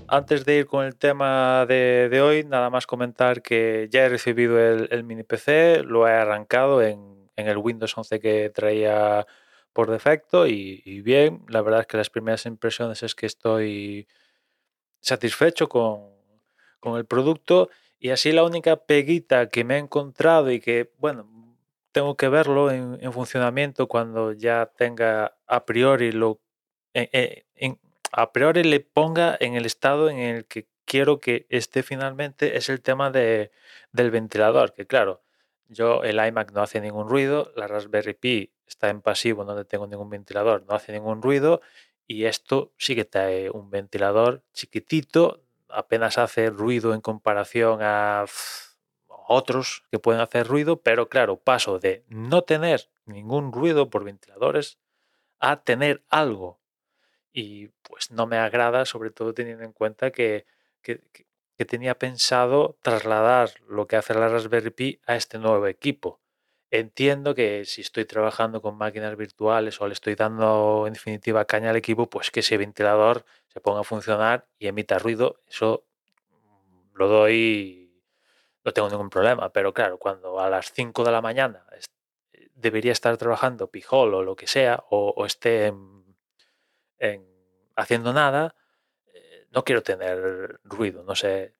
Antes de ir con el tema de hoy, nada más comentar que ya he recibido el mini PC, lo he arrancado en el Windows 11 que traía por defecto y bien, la verdad es que las primeras impresiones es que estoy satisfecho con el producto y así la única peguita que me he encontrado y que, bueno, tengo que verlo en funcionamiento cuando ya tenga a priori eh, eh, en- a priori le ponga en el estado en el que quiero que esté finalmente es el tema del ventilador, que claro, yo el iMac no hace ningún ruido, la Raspberry Pi está en pasivo, no tengo ningún ventilador, no hace ningún ruido y esto sí que trae un ventilador chiquitito, apenas hace ruido en comparación a otros que pueden hacer ruido, pero claro, paso de no tener ningún ruido por ventiladores a tener algo. Y pues no me agrada, sobre todo teniendo en cuenta que- que- que tenía pensado trasladar lo que hace la Raspberry Pi a este nuevo equipo. Entiendo que si estoy trabajando con máquinas virtuales o le estoy dando en definitiva caña al equipo, pues que ese ventilador se ponga a funcionar y emita ruido. Eso lo doy, no tengo ningún problema. Pero claro, cuando a las 5 de la mañana debería estar trabajando Pijol o lo que sea, o esté en haciendo nada, no quiero tener ruido. No sé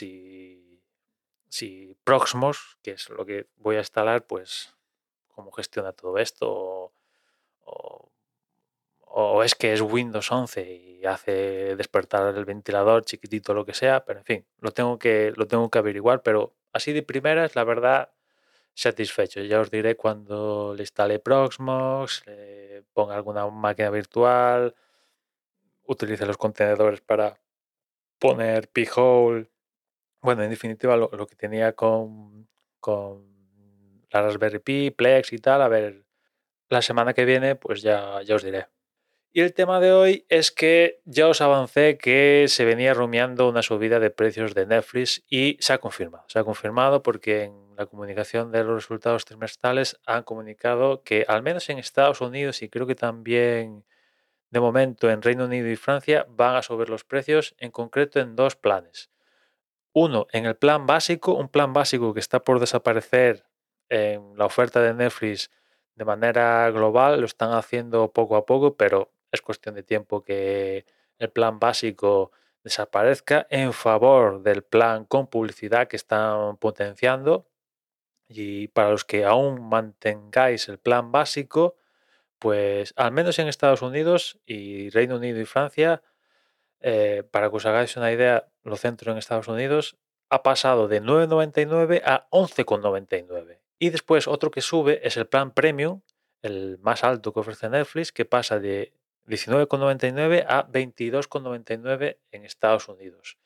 si Proxmos, que es lo que voy a instalar, pues cómo gestiona todo esto o- o es que es Windows 11 y hace despertar el ventilador chiquitito o lo que sea, pero en fin, lo tengo que averiguar, pero así de primeras, la verdad, satisfecho. Ya os diré cuando le instale Proxmox, le ponga alguna máquina virtual, utilice los contenedores para poner P-Hole. Bueno, en definitiva, lo que tenía con la Raspberry Pi, Plex y tal, a ver, la semana que viene, pues ya os diré. Y el tema de hoy es que ya os avancé que se venía rumiando una subida de precios de Netflix y se ha confirmado. Se ha confirmado porque en la comunicación de los resultados trimestrales han comunicado que al menos en Estados Unidos y creo que también de momento en Reino Unido y Francia van a subir los precios, en concreto en dos planes. Uno, en el plan básico, un plan básico que está por desaparecer en la oferta de Netflix de manera global, lo están haciendo poco a poco, pero es cuestión de tiempo que el plan básico desaparezca en favor del plan con publicidad que están potenciando. Y para los que aún mantengáis el plan básico, pues al menos en Estados Unidos y Reino Unido y Francia, para que os hagáis una idea, lo centro en Estados Unidos, ha pasado de 9,99 a 11,99. Y después otro que sube es el plan premium, el más alto que ofrece Netflix, que pasa de 19,99 a 22,99 en Estados Unidos.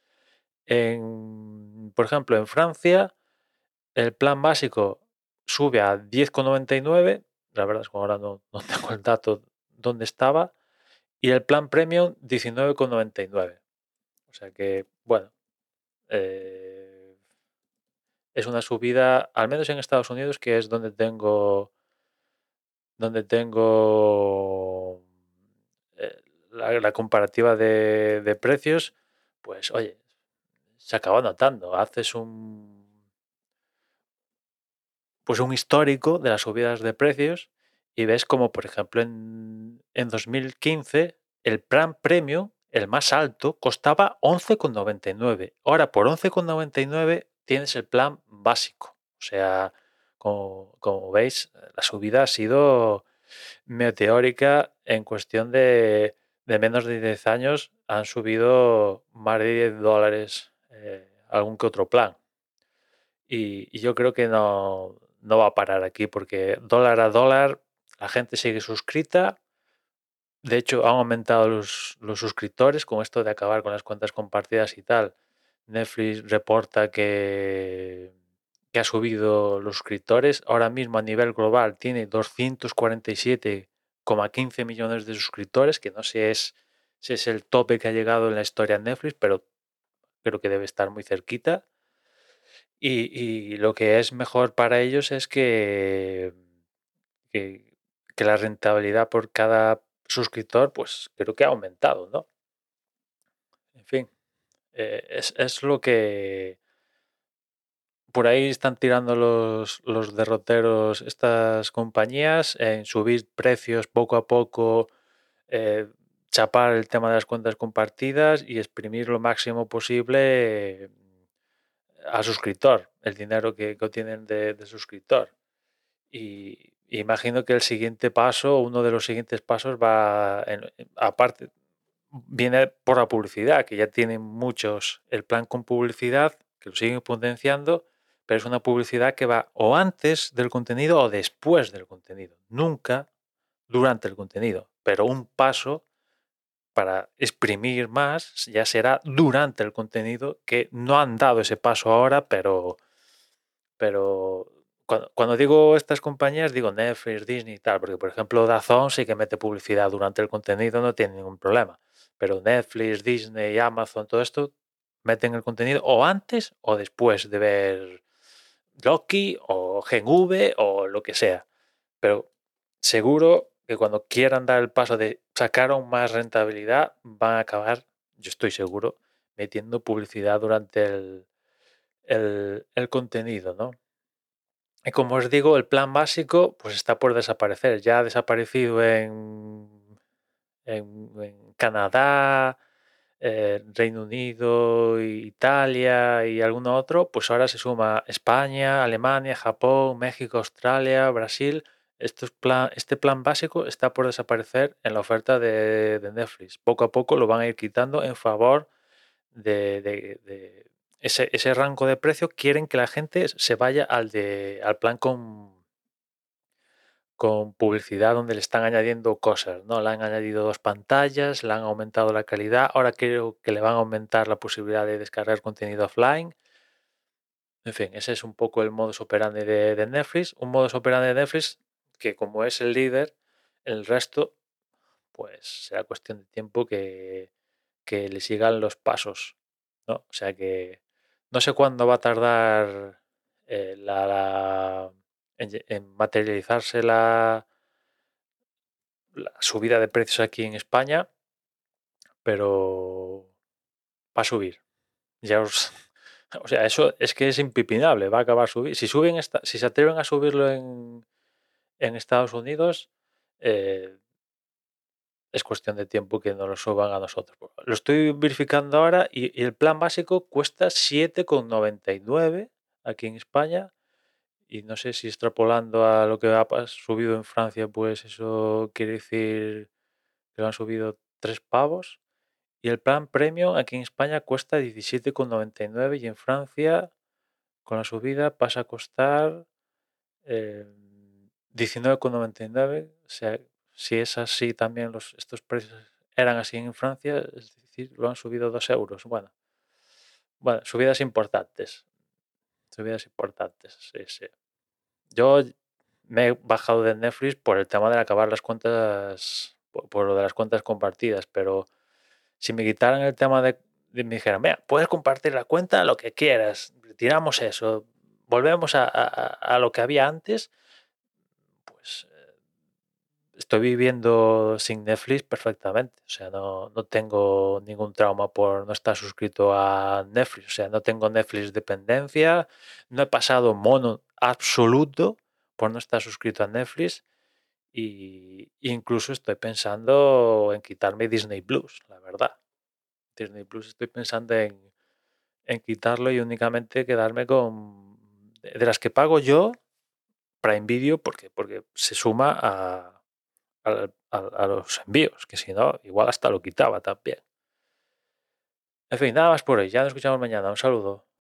Por ejemplo, en Francia, el plan básico sube a 10,99. La verdad es que ahora no tengo el dato dónde estaba. Y el plan premium 19,99. O sea que, bueno, eh, es una subida, al menos en Estados Unidos, que es donde tengo la comparativa de precios, pues oye, se acaba notando. Haces pues un histórico de las subidas de precios y ves como, por ejemplo, en 2015 el plan premium, el más alto, costaba 11,99. Ahora, por 11,99 tienes el plan básico. O sea, como veis, la subida ha sido meteórica en cuestión de menos de 10 años. Han subido más de $10 algún que otro plan. Y yo creo que no va a parar aquí porque dólar a dólar la gente sigue suscrita. De hecho, han aumentado los suscriptores con esto de acabar con las cuentas compartidas y tal. Netflix reporta que ha subido los suscriptores. Ahora mismo a nivel global tiene 247,15 millones de suscriptores, que no sé si es el tope que ha llegado en la historia de Netflix, pero creo que debe estar muy cerquita. Y lo que es mejor para ellos es que, que la rentabilidad por cada suscriptor, pues creo que ha aumentado, ¿no? En fin. Es lo que por ahí están tirando los derroteros estas compañías en subir precios poco a poco, chapar el tema de las cuentas compartidas y exprimir lo máximo posible al suscriptor, el dinero que obtienen de suscriptor. Y imagino que el siguiente paso, uno de los siguientes pasos va, aparte, viene por la publicidad, que ya tienen muchos el plan con publicidad, que lo siguen potenciando, pero es una publicidad que va o antes del contenido o después del contenido, nunca durante el contenido, pero un paso para exprimir más ya será durante el contenido, que no han dado ese paso ahora, pero cuando digo estas compañías, digo Netflix, Disney y tal, porque por ejemplo DAZN sí que mete publicidad durante el contenido, no tiene ningún problema. Pero Netflix, Disney, Amazon, todo esto meten el contenido o antes o después de ver Loki o Gen V o lo que sea. Pero seguro que cuando quieran dar el paso de sacar aún más rentabilidad, van a acabar, yo estoy seguro, metiendo publicidad durante el contenido, ¿no? Y como os digo, el plan básico pues está por desaparecer. Ya ha desaparecido en Canadá, Reino Unido, Italia y alguno otro. Pues ahora se suma España, Alemania, Japón, México, Australia, Brasil. Este plan básico está por desaparecer en la oferta de Netflix. Poco a poco lo van a ir quitando en favor de ese rango de precio. Quieren que la gente se vaya al plan con publicidad donde le están añadiendo cosas, ¿no? Le han añadido 2 pantallas, le han aumentado la calidad, ahora creo que le van a aumentar la posibilidad de descargar contenido offline. En fin, ese es un poco el modus operandi de Netflix, un modus operandi de Netflix que como es el líder, el resto pues será cuestión de tiempo que le sigan los pasos, ¿no? O sea que no sé cuándo va a tardar en materializarse la subida de precios aquí en España, pero va a subir. Ya os, o sea, eso es que es impipinable, va a acabar subir. Si se atreven a subirlo en Estados Unidos, eh, es cuestión de tiempo que nos lo suban a nosotros. Lo estoy verificando ahora y el plan básico cuesta 7,99 aquí en España. Y no sé si extrapolando a lo que ha subido en Francia, pues eso quiere decir que lo han subido 3 pavos. Y el plan premium aquí en España cuesta 17,99 y en Francia con la subida pasa a costar 19,99. O sea, si es así también estos precios eran así en Francia, es decir, lo han subido 2 euros. Bueno, subidas importantes. Subidas importantes, sí, sí. Yo me he bajado de Netflix por el tema de acabar las cuentas, por lo de las cuentas compartidas, pero si me quitaran el tema me dijeran, mira, puedes compartir la cuenta lo que quieras, retiramos eso, volvemos a lo que había antes, pues estoy viviendo sin Netflix perfectamente. O sea, no tengo ningún trauma por no estar suscrito a Netflix. O sea, no tengo Netflix dependencia, no he pasado mono absoluto por no estar suscrito a Netflix. Y incluso estoy pensando en quitarme Disney Plus, la verdad. Disney Plus estoy pensando en quitarlo y únicamente quedarme con de las que pago yo, Prime Video, porque se suma a los envíos, que si no, igual hasta lo quitaba también. En fin, nada más por hoy. Ya nos escuchamos mañana. Un saludo.